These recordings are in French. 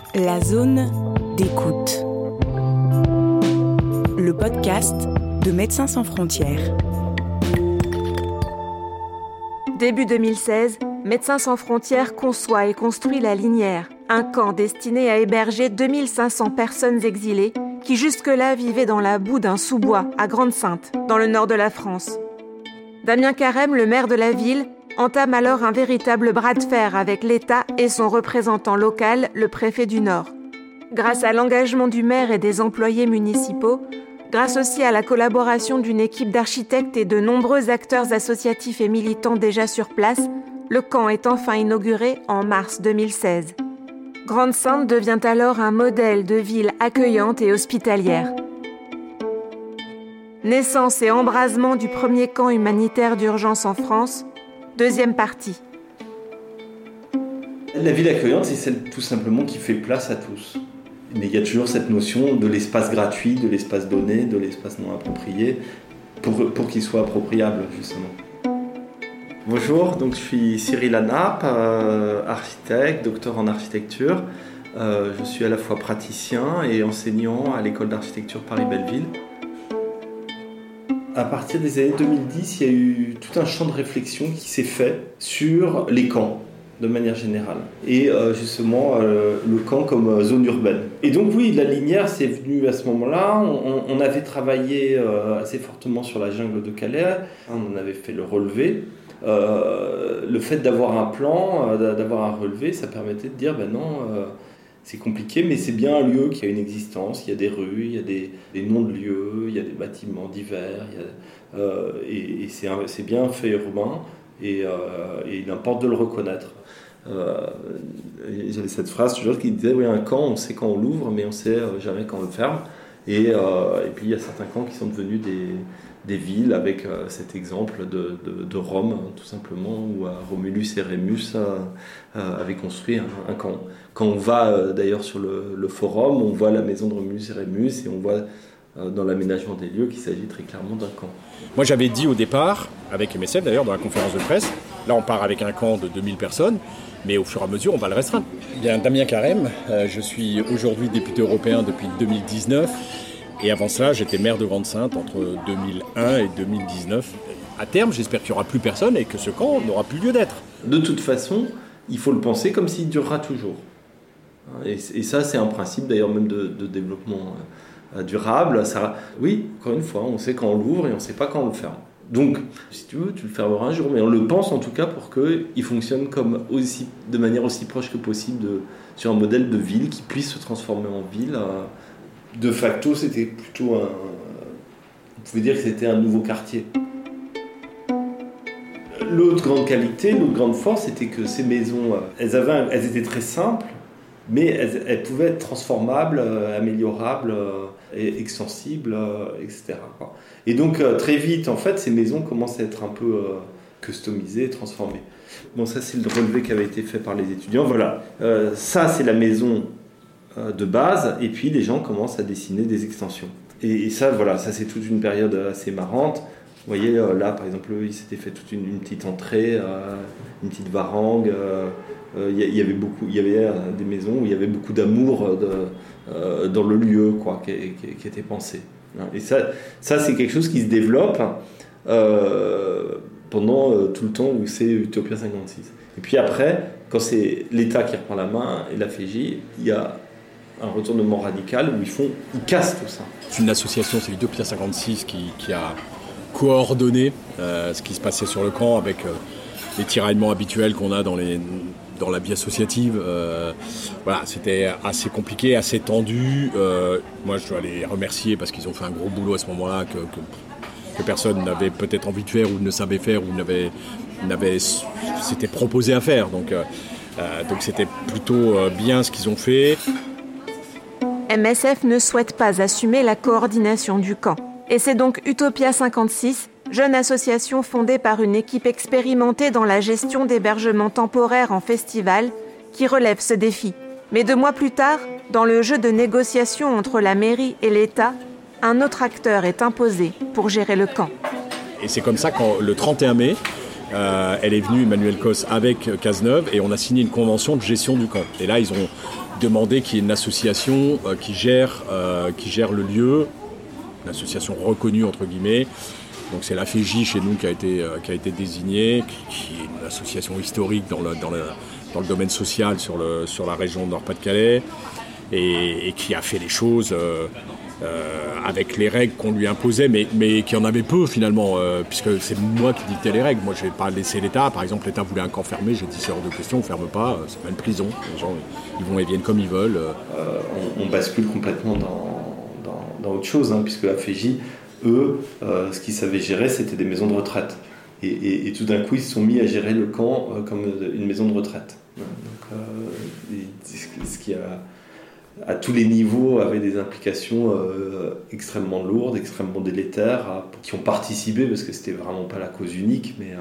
La zone d'écoute. Le podcast de Médecins sans frontières. Début 2016, Médecins sans frontières conçoit et construit La Linière, un camp destiné à héberger 2500 personnes exilées qui jusque-là vivaient dans la boue d'un sous-bois à Grande-Synthe, dans le nord de la France. Damien Carême, le maire de la ville, entame alors un véritable bras de fer avec l'État et son représentant local, le préfet du Nord. Grâce à l'engagement du maire et des employés municipaux, grâce aussi à la collaboration d'une équipe d'architectes et de nombreux acteurs associatifs et militants déjà sur place, le camp est enfin inauguré en mars 2016. Grande-Synthe devient alors un modèle de ville accueillante et hospitalière. Naissance et embrasement du premier camp humanitaire d'urgence en France, deuxième partie. La ville accueillante, c'est celle tout simplement qui fait place à tous. Mais il y a toujours cette notion de l'espace gratuit, de l'espace donné, de l'espace non approprié, pour qu'il soit appropriable, justement. Bonjour, donc je suis Cyril Anape, architecte, docteur en architecture. Je suis à la fois praticien et enseignant à l'école d'architecture Paris-Belleville. À partir des années 2010, il y a eu tout un champ de réflexion qui s'est fait sur les camps, de manière générale. Et justement, le camp comme zone urbaine. Et donc oui, La Linière, c'est venu à ce moment-là. On avait travaillé assez fortement sur la jungle de Calais. On avait fait le relevé. Le fait d'avoir un plan, d'avoir un relevé, ça permettait de dire, ben non... c'est compliqué, mais c'est bien un lieu qui a une existence. Il y a des rues, il y a des noms de lieux, il y a des bâtiments divers. Et c'est bien un fait urbain et il importe de le reconnaître. J'avais cette phrase toujours qui disait oui, un camp, on sait quand on l'ouvre, mais on ne sait jamais quand on le ferme. Et puis il y a certains camps qui sont devenus des villes, avec cet exemple de Rome, tout simplement, où Romulus et Rémus avaient construit un camp. Quand on va d'ailleurs sur le forum, on voit la maison de Romulus et Rémus et on voit dans l'aménagement des lieux qu'il s'agit très clairement d'un camp. Moi j'avais dit au départ, avec MSF d'ailleurs dans la conférence de presse, là on part avec un camp de 2000 personnes, mais au fur et à mesure on va le restreindre. Bien, Damien Carême, je suis aujourd'hui député européen depuis 2019. Et avant cela, j'étais maire de Grande-Synthe entre 2001 et 2019. À terme, j'espère qu'il n'y aura plus personne et que ce camp n'aura plus lieu d'être. De toute façon, il faut le penser comme s'il durera toujours. Et ça, c'est un principe d'ailleurs même de développement durable. Ça, oui, encore une fois, on sait quand on l'ouvre et on ne sait pas quand on le ferme. Donc, si tu veux, tu le fermeras un jour, mais on le pense en tout cas pour qu'il fonctionne de manière aussi proche que possible sur un modèle de ville qui puisse se transformer en ville. De facto, c'était plutôt on pouvait dire que c'était un nouveau quartier. L'autre grande qualité, l'autre grande force, c'était que ces maisons, elles étaient très simples, mais elles pouvaient être transformables, améliorables, et extensibles, etc. Et donc, très vite, en fait, ces maisons commencent à être un peu customisées, transformées. Bon, ça, c'est le relevé qui avait été fait par les étudiants. Voilà, ça, c'est la maison de base, et puis les gens commencent à dessiner des extensions. Et ça, voilà, ça c'est toute une période assez marrante. Vous voyez, là, par exemple, il s'était fait toute une petite entrée, une petite varangue. Il y avait des maisons où il y avait beaucoup d'amour dans le lieu, quoi, qui était pensé. Et ça, c'est quelque chose qui se développe pendant tout le temps où c'est Utopia 56. Et puis après, quand c'est l'État qui reprend la main et la FEJ, il y a un retournement radical où ils cassent tout ça. C'est une association, c'est Utopia 56 qui a coordonné ce qui se passait sur le camp avec les tiraillements habituels qu'on a dans la vie associative. Voilà, c'était assez compliqué, assez tendu. Moi, je dois les remercier parce qu'ils ont fait un gros boulot à ce moment-là que personne n'avait peut-être envie de faire ou ne savait faire ou s'était proposé à faire. Donc c'était plutôt bien ce qu'ils ont fait. MSF ne souhaite pas assumer la coordination du camp. Et c'est donc Utopia 56, jeune association fondée par une équipe expérimentée dans la gestion d'hébergements temporaires en festival, qui relève ce défi. Mais 2 mois plus tard, dans le jeu de négociation entre la mairie et l'État, un autre acteur est imposé pour gérer le camp. Et c'est comme ça, quand le 31 mai, elle est venue, Emmanuelle Cos, avec Cazeneuve, et on a signé une convention de gestion du camp. Et là, ils ont demandé qu'il y ait une association qui gère le lieu, une association reconnue, entre guillemets. Donc c'est la FEJ chez nous qui a été désignée, qui est une association historique dans le domaine social sur la région de Nord-Pas-de-Calais, et qui a fait les choses avec les règles qu'on lui imposait, mais qui en avait peu finalement, puisque c'est moi qui dictais les règles. Moi, je n'ai pas laissé l'État. Par exemple, l'État voulait un camp fermé, j'ai dit c'est hors de question, on ne ferme pas, c'est pas une prison. Les gens, ils vont et viennent comme ils veulent. On bascule complètement dans autre chose, puisque la FEJ, eux, ce qu'ils savaient gérer, c'était des maisons de retraite. Et tout d'un coup, ils se sont mis à gérer le camp comme une maison de retraite. Donc, ce qui à tous les niveaux avait des implications extrêmement lourdes, extrêmement délétères, qui ont participé, parce que c'était vraiment pas la cause unique, mais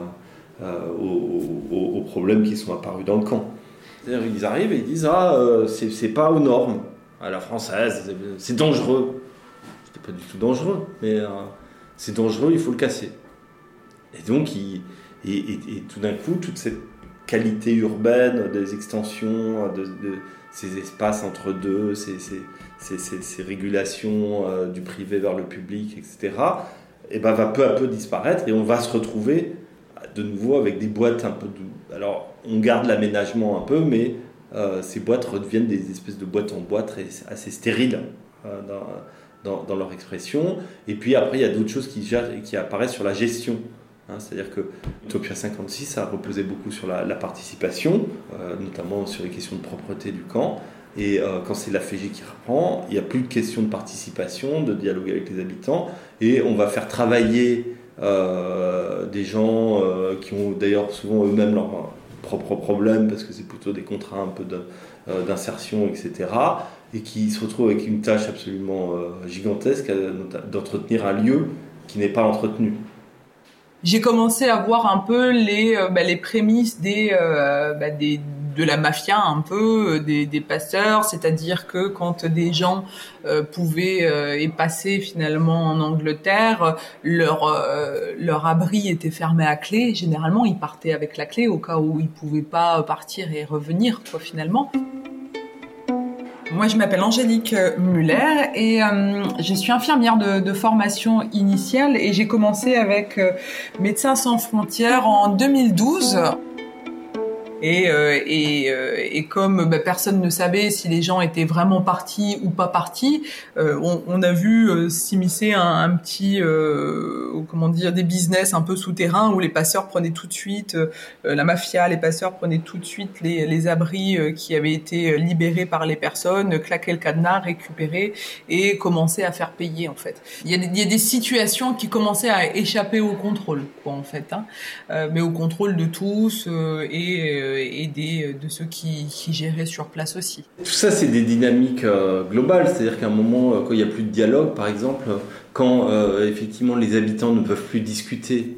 aux problèmes qui sont apparus dans le camp. C'est-à-dire, ils arrivent et ils disent c'est pas aux normes, à la française, c'est dangereux. C'était pas du tout dangereux, mais c'est dangereux, il faut le casser. Et donc, et tout d'un coup, toute cette qualité urbaine, des extensions, de ces espaces entre deux, ces régulations du privé vers le public, etc., et va peu à peu disparaître, et on va se retrouver de nouveau avec des boîtes un peu... Alors, on garde l'aménagement un peu, mais ces boîtes redeviennent des espèces de boîtes en bois assez stériles dans leur expression. Et puis après, il y a d'autres choses qui apparaissent sur la gestion. C'est-à-dire que Utopia 56, ça reposait beaucoup sur la participation, notamment sur les questions de propreté du camp. Et quand c'est la FEJ qui reprend, il n'y a plus de questions de participation, de dialogue avec les habitants. Et on va faire travailler des gens qui ont d'ailleurs souvent eux-mêmes leurs propres problèmes, parce que c'est plutôt des contrats un peu d'insertion, etc. Et qui se retrouvent avec une tâche absolument gigantesque d'entretenir un lieu qui n'est pas entretenu. J'ai commencé à voir un peu les prémices de la mafia, un peu des passeurs, c'est-à-dire que quand des gens pouvaient et passer finalement en Angleterre, leur abri était fermé à clé. Généralement, ils partaient avec la clé au cas où ils pouvaient pas partir et revenir, finalement. Moi, je m'appelle Angélique Muller et je suis infirmière de formation initiale et j'ai commencé avec Médecins sans frontières en 2012. Et comme personne ne savait si les gens étaient vraiment partis ou pas partis, on a vu s'immiscer un petit des business un peu souterrains où les passeurs prenaient tout de suite la mafia, les passeurs prenaient tout de suite les abris qui avaient été libérés par les personnes, claquaient le cadenas, récupéraient et commençaient à faire payer en fait. Il y a des situations qui commençaient à échapper au contrôle mais au contrôle de tous et de ceux qui géraient sur place aussi. Tout ça, c'est des dynamiques globales, c'est-à-dire qu'à un moment, quand il n'y a plus de dialogue, par exemple, quand effectivement les habitants ne peuvent plus discuter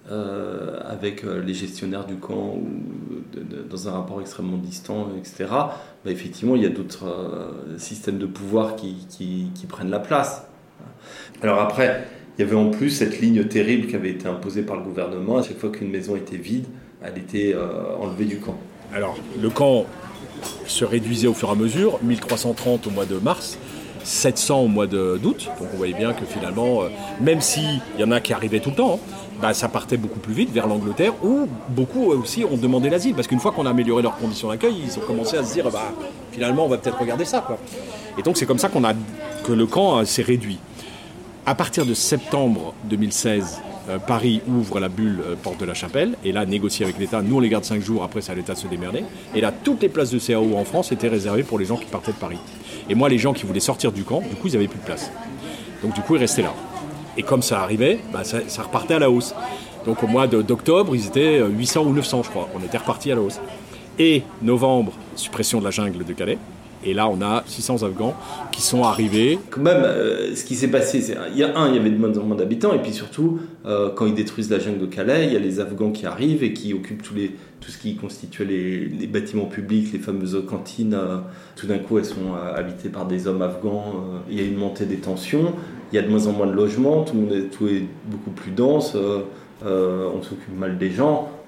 avec les gestionnaires du camp ou dans un rapport extrêmement distant, etc., effectivement, il y a d'autres systèmes de pouvoir qui prennent la place. Alors après, il y avait en plus cette ligne terrible qui avait été imposée par le gouvernement. À chaque fois qu'une maison était vide, elle était enlevée du camp. Alors, le camp se réduisait au fur et à mesure, 1330 au mois de mars, 700 au mois d'août. Donc on voyait bien que finalement, même s'il y en a qui arrivaient tout le temps, ça partait beaucoup plus vite vers l'Angleterre, où beaucoup aussi ont demandé l'asile. Parce qu'une fois qu'on a amélioré leurs conditions d'accueil, ils ont commencé à se dire, finalement, on va peut-être regarder ça, quoi. Et donc c'est comme ça que le camp s'est réduit. À partir de septembre 2016, Paris ouvre la bulle porte de la Chapelle, et là, négocier avec l'État. Nous, on les garde 5 jours, après, c'est à l'État de se démerder. Et là, toutes les places de CAO en France étaient réservées pour les gens qui partaient de Paris. Et moi, les gens qui voulaient sortir du camp, du coup, ils n'avaient plus de place. Donc, du coup, ils restaient là. Et comme ça arrivait, ça repartait à la hausse. Donc, au mois d'octobre, ils étaient 800 ou 900, je crois. On était repartis à la hausse. Et novembre, suppression de la jungle de Calais. Et là, on a 600 Afghans qui sont arrivés. Quand même, ce qui s'est passé, il y avait de moins en moins d'habitants. Et puis surtout, quand ils détruisent la jungle de Calais, il y a les Afghans qui arrivent et qui occupent tout ce qui constituait les bâtiments publics, les fameuses cantines. Tout d'un coup, elles sont habitées par des hommes afghans. Il y a une montée des tensions. Il y a de moins en moins de logements. Tout est beaucoup plus dense. On s'occupe mal des gens.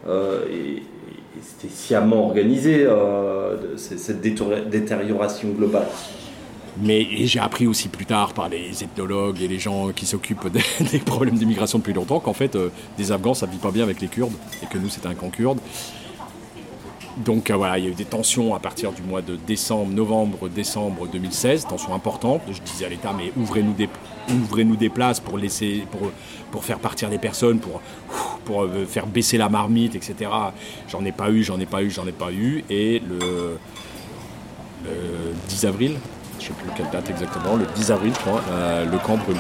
et c'était sciemment organisé, cette détérioration globale. Et j'ai appris aussi plus tard par les ethnologues et les gens qui s'occupent des problèmes d'immigration depuis longtemps qu'en fait, des Afghans, ça ne vit pas bien avec les Kurdes, et que nous, c'était un camp kurde. Donc voilà, il y a eu des tensions à partir du mois de novembre-décembre 2016, tensions importantes. Je disais à l'État, mais ouvrez-nous des places pour faire partir des personnes, pour faire baisser la marmite, etc. J'en ai pas eu. Et le 10 avril, je ne sais plus quelle date exactement, le 10 avril, je crois, le camp brûle.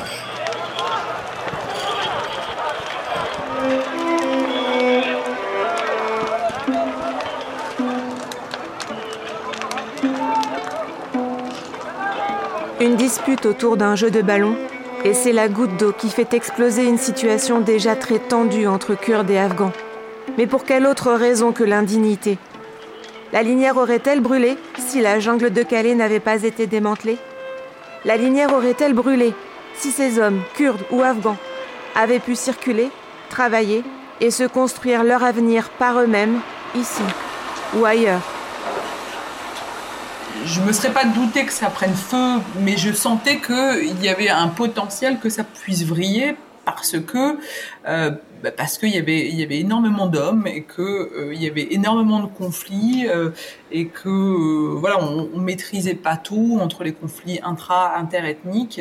Une dispute autour d'un jeu de ballon, et c'est la goutte d'eau qui fait exploser une situation déjà très tendue entre Kurdes et Afghans. Mais pour quelle autre raison que l'indignité ? La linière aurait-elle brûlé si la jungle de Calais n'avait pas été démantelée ? La linière aurait-elle brûlé si ces hommes, kurdes ou afghans, avaient pu circuler, travailler et se construire leur avenir par eux-mêmes, ici ou ailleurs ? Je me serais pas douté que ça prenne feu, mais je sentais qu'il y avait un potentiel que ça puisse vriller parce qu'il y avait énormément d'hommes et que il y avait énormément de conflits et que voilà, on maîtrisait pas tout entre les conflits interethniques.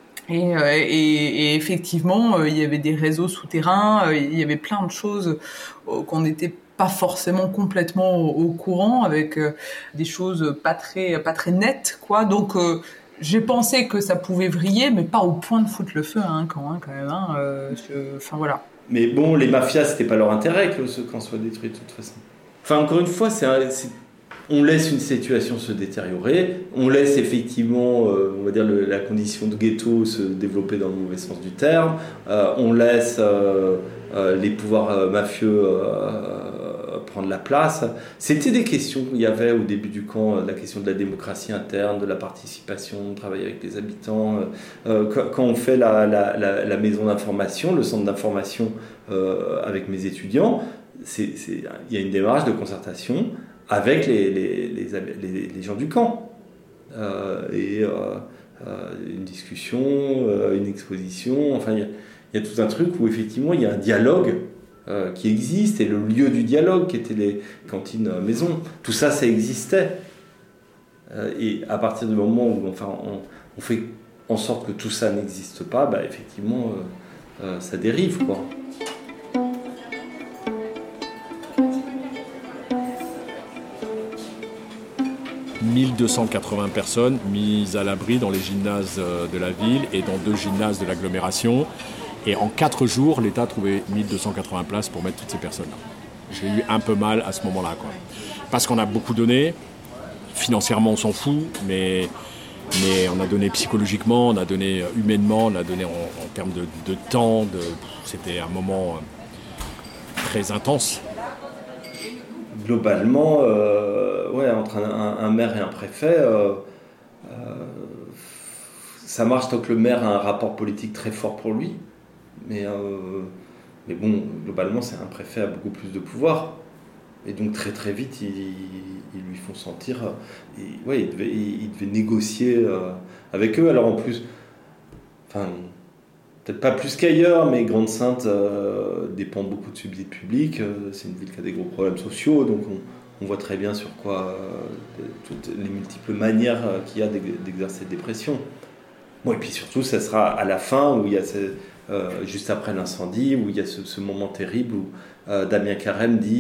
Et effectivement, il y avait des réseaux souterrains, il y avait plein de choses qu'on n'était pas forcément complètement au courant, avec des choses pas très nettes, quoi. Donc j'ai pensé que ça pouvait vriller, mais pas au point de foutre le feu, quand même. Enfin voilà. Mais bon, les mafias, c'était pas leur intérêt que ce camp soit détruit de toute façon. Enfin, encore une fois, on laisse une situation se détériorer, on laisse effectivement, on va dire, la condition de ghetto se développer dans le mauvais sens du terme, on laisse les pouvoirs mafieux prendre la place. C'était des questions qu'il y avait au début du camp, la question de la démocratie interne, de la participation, de travailler avec les habitants. Quand on fait la maison d'information, le centre d'information avec mes étudiants, il y a une démarche de concertation avec les gens du camp. Une discussion, une exposition, enfin il y a tout un truc où effectivement il y a un dialogue qui existe, et le lieu du dialogue qui était les cantines maison, tout ça existait. Et à partir du moment où on fait en sorte que tout ça n'existe pas, effectivement ça dérive, quoi. « 1280 personnes mises à l'abri dans les gymnases de la ville et dans 2 gymnases de l'agglomération. Et en 4 jours, l'État a trouvé 1280 places pour mettre toutes ces personnes-là. J'ai eu un peu mal à ce moment-là, quoi. Parce qu'on a beaucoup donné. Financièrement, on s'en fout, mais on a donné psychologiquement, on a donné humainement, on a donné en termes de temps. C'était un moment très intense. Globalement, entre un maire et un préfet, ça marche tant que le maire a un rapport politique très fort pour lui. Mais bon, globalement, c'est un préfet a beaucoup plus de pouvoir. Et donc très très vite, ils lui font sentir... il devait négocier avec eux. Alors en plus, peut-être pas plus qu'ailleurs, mais Grande-Synthe dépend beaucoup de subsides publics. C'est une ville qui a des gros problèmes sociaux, donc on voit très bien sur quoi toutes les multiples manières qu'il y a d'exercer des pressions. Bon, et puis surtout, ça sera à la fin, où il y a juste après l'incendie, où il y a ce moment terrible où Damien Carême dit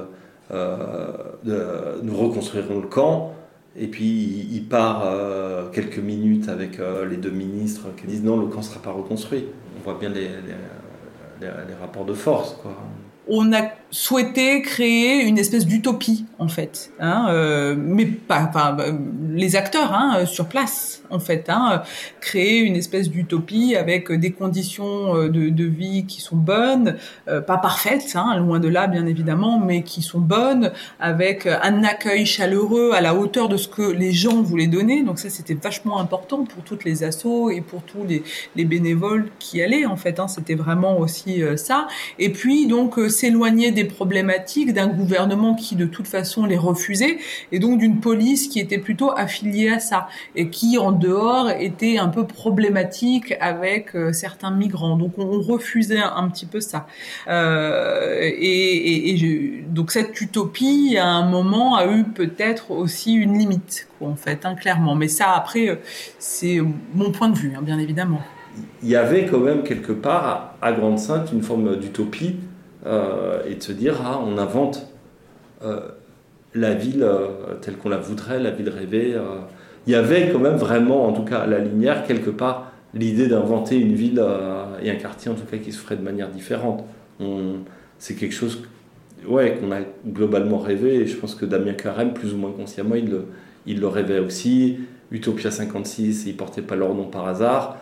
nous reconstruirons le camp, et puis il part quelques minutes avec les 2 ministres qui disent non, le camp ne sera pas reconstruit. On voit bien les rapports de force, quoi. On a souhaité créer une espèce d'utopie, en fait, mais pas les acteurs sur place, en fait, créer une espèce d'utopie avec des conditions de vie qui sont bonnes, pas parfaites, loin de là, bien évidemment, mais qui sont bonnes, avec un accueil chaleureux à la hauteur de ce que les gens voulaient donner. Donc ça, c'était vachement important pour toutes les assos et pour tous les bénévoles qui allaient, en fait. C'était vraiment aussi ça. Et puis, donc, s'éloigner des des problématiques d'un gouvernement qui de toute façon les refusait et donc d'une police qui était plutôt affiliée à ça et qui en dehors était un peu problématique avec certains migrants. Donc on refusait un petit peu ça. Donc cette utopie à un moment a eu peut-être aussi une limite, quoi, en fait, clairement. Mais ça après c'est mon point de vue, bien évidemment. Il y avait quand même quelque part à Grande-Synthe une forme d'utopie et de se dire on invente la ville telle qu'on la voudrait, la ville rêvée. Il y avait quand même vraiment, en tout cas à La Linière, quelque part l'idée d'inventer une ville et un quartier en tout cas qui se ferait de manière différente. C'est quelque chose qu'on a globalement rêvé et je pense que Damien Carême, plus ou moins consciemment, il le rêvait aussi. Utopia 56, ils ne portaient pas leur nom par hasard.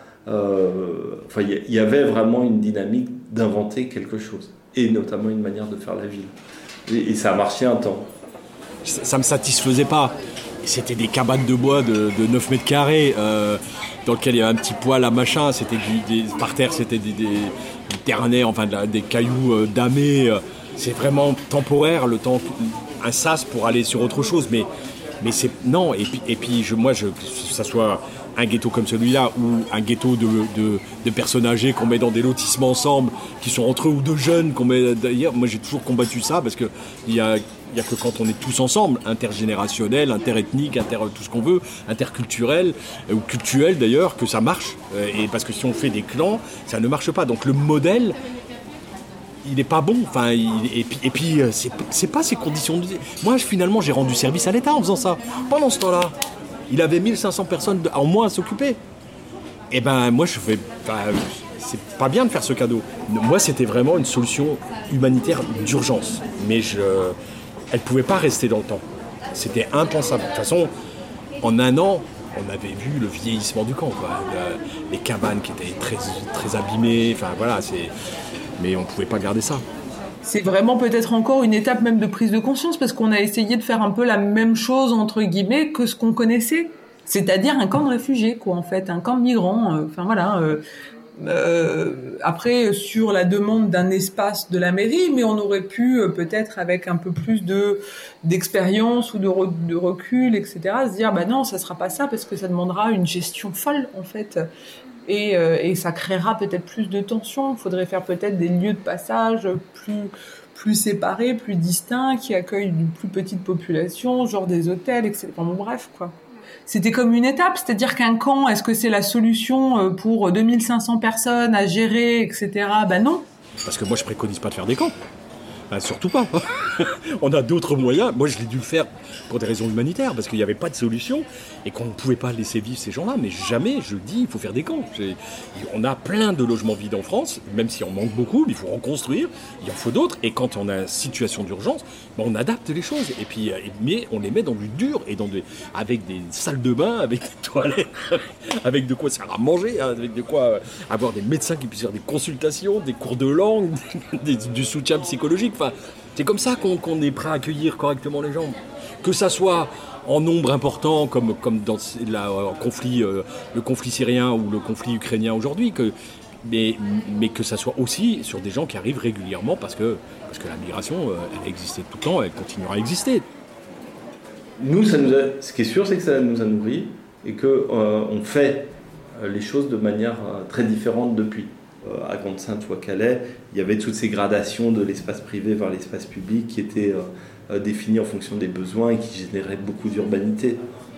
Il y avait vraiment une dynamique d'inventer quelque chose et notamment une manière de faire la ville et ça a marché un temps. Ça me satisfaisait pas. C'était des cabanes de bois de 9 mètres carrés dans lequel il y avait un petit poêle à machin, c'était par terre c'était des ternets, enfin des cailloux damés. C'est vraiment temporaire, le temps, un sas pour aller sur autre chose, mais c'est non. Et puis que ça soit un ghetto comme celui-là ou un ghetto de personnes âgées qu'on met dans des lotissements ensemble, qui sont entre eux, ou de jeunes qu'on met d'ailleurs. Moi j'ai toujours combattu ça parce que il y a que quand on est tous ensemble, intergénérationnel, interethnique, tout ce qu'on veut, interculturel ou cultuel d'ailleurs, que ça marche. Et parce que si on fait des clans, ça ne marche pas. Donc le modèle, il n'est pas bon. Enfin, et puis c'est pas ces conditions de vie. Moi, finalement, j'ai rendu service à l'État en faisant ça. Pendant ce temps-là, il avait 1500 personnes en moins à s'occuper. Et ben, moi, je fais... c'est pas bien de faire ce cadeau. Moi, c'était vraiment une solution humanitaire d'urgence. Mais elle ne pouvait pas rester dans le temps. C'était impensable. De toute façon, en un an, on avait vu le vieillissement du camp, quoi. Les cabanes qui étaient très, très abîmées. Enfin, voilà, mais on ne pouvait pas garder ça. C'est vraiment peut-être encore une étape même de prise de conscience parce qu'on a essayé de faire un peu la même chose, entre guillemets, que ce qu'on connaissait. C'est-à-dire un camp de réfugiés, quoi, en fait. Un camp de migrants. Après, sur la demande d'un espace de la mairie, mais on aurait pu peut-être avec un peu plus d'expérience ou de recul, etc., se dire non, ça sera pas ça parce que ça demandera une gestion folle en fait, et ça créera peut-être plus de tensions. Il faudrait faire peut-être des lieux de passage plus séparés, plus distincts, qui accueillent une plus petite population, genre des hôtels, etc. Bref, quoi. C'était comme une étape, c'est-à-dire qu'un camp, est-ce que c'est la solution pour 2500 personnes à gérer, etc. Non. Parce que moi, je préconise pas de faire des camps. Surtout pas. On a d'autres moyens. Moi, je l'ai dû le faire pour des raisons humanitaires, parce qu'il n'y avait pas de solution et qu'on ne pouvait pas laisser vivre ces gens-là. Mais jamais, je dis, il faut faire des camps. On a plein de logements vides en France, même si on manque beaucoup, mais il faut reconstruire. Il en faut d'autres. Et quand on a une situation d'urgence, on adapte les choses. Et puis, mais on les met dans du dur et avec des salles de bain, avec des toilettes, avec de quoi se faire à manger, avec de quoi avoir des médecins qui puissent faire des consultations, des cours de langue, du soutien psychologique. Enfin, c'est comme ça qu'on est prêt à accueillir correctement les gens. Que ça soit en nombre important, comme dans le conflit syrien ou le conflit ukrainien aujourd'hui, mais que ça soit aussi sur des gens qui arrivent régulièrement parce que la migration, elle a existé tout le temps, elle continuera à exister. Nous, ce qui est sûr, c'est que ça nous a nourris et qu'on fait les choses de manière très différente depuis. À Grande-Synthe ou à Calais, il y avait toutes ces gradations de l'espace privé vers l'espace public qui étaient définies en fonction des besoins et qui généraient beaucoup d'urbanité.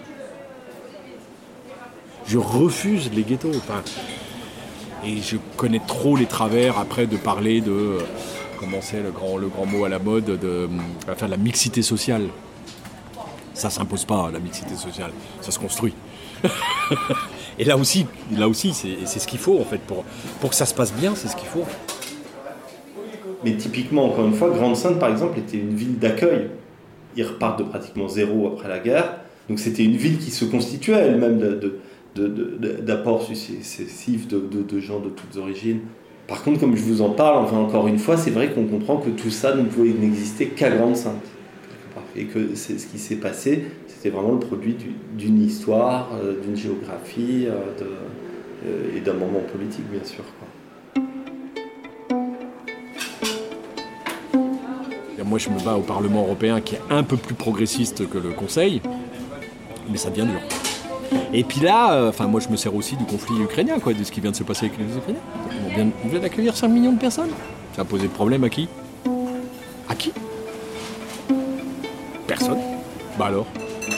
Je refuse les ghettos. Et je connais trop les travers après de parler de comment c'est le grand mot à la mode de la mixité sociale. Ça s'impose pas, la mixité sociale, ça se construit. Et là aussi c'est ce qu'il faut en fait pour que ça se passe bien, c'est ce qu'il faut. Mais typiquement, encore une fois, Grande-Synthe par exemple était une ville d'accueil. Ils repartent de pratiquement zéro après la guerre, donc c'était une ville qui se constituait elle-même d'apports successifs de gens de toutes origines. Par contre, comme je vous en parle, encore une fois, c'est vrai qu'on comprend que tout ça ne pouvait n'exister qu'à Grande-Synthe. Et que c'est ce qui s'est passé, c'était vraiment le produit d'une histoire, d'une géographie et d'un moment politique, bien sûr, quoi. Moi, je me bats au Parlement européen qui est un peu plus progressiste que le Conseil, mais ça devient dur. Et puis là, moi, je me sers aussi du conflit ukrainien, de ce qui vient de se passer avec les Ukrainiens. On vient d'accueillir 5 millions de personnes. Ça a posé problème à qui ? À qui ? Personne. Bah alors ?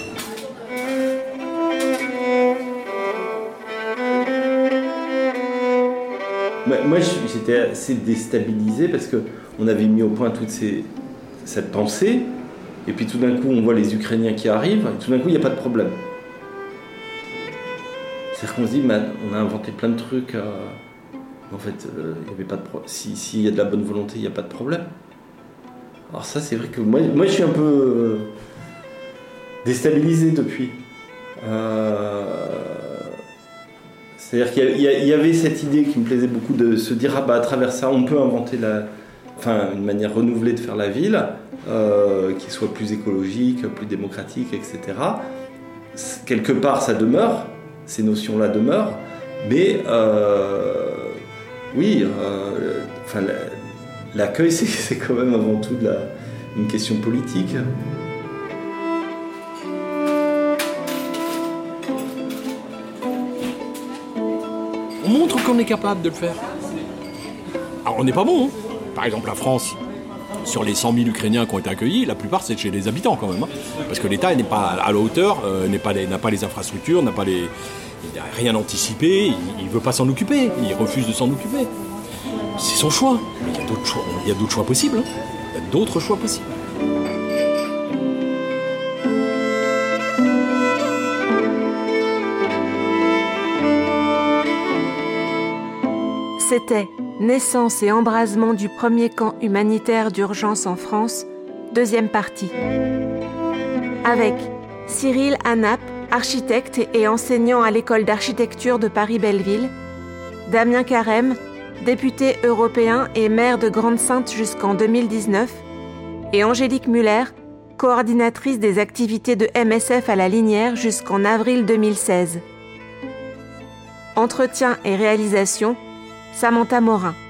Moi, j'étais assez déstabilisé parce qu'on avait mis au point toute cette pensée, et puis tout d'un coup, on voit les Ukrainiens qui arrivent, et tout d'un coup, il n'y a pas de problème. C'est-à-dire qu'on se dit, on a inventé plein de trucs, en fait, il y avait pas de problème. S'il y a de la bonne volonté, il n'y a pas de problème. Alors ça, c'est vrai que moi je suis un peu déstabilisé depuis. C'est-à-dire qu'il y avait cette idée qui me plaisait beaucoup de se dire à travers ça on peut inventer une manière renouvelée de faire la ville qui soit plus écologique, plus démocratique, etc. Quelque part ça demeure, ces notions-là demeurent, mais l'accueil c'est quand même avant tout une question politique. On montre qu'on est capable de le faire. Alors on n'est pas bon. Par exemple, la France, sur les 100 000 Ukrainiens qui ont été accueillis, la plupart c'est chez les habitants quand même. Parce que l'État n'est pas à la hauteur, n'a pas les infrastructures, n'a rien anticipé, il ne veut pas s'en occuper, il refuse de s'en occuper. C'est son choix. Mais il y a d'autres choix possibles. Il y a d'autres choix possibles. C'était Naissance et embrasement du premier camp humanitaire d'urgence en France, deuxième partie. Avec Cyril Hanap, architecte et enseignant à l'école d'architecture de Paris-Belleville, Damien Carême, député européen et maire de Grande-Synthe jusqu'en 2019, et Angélique Muller, coordinatrice des activités de MSF à la Linière jusqu'en avril 2016. Entretien et réalisation, Samantha Morin.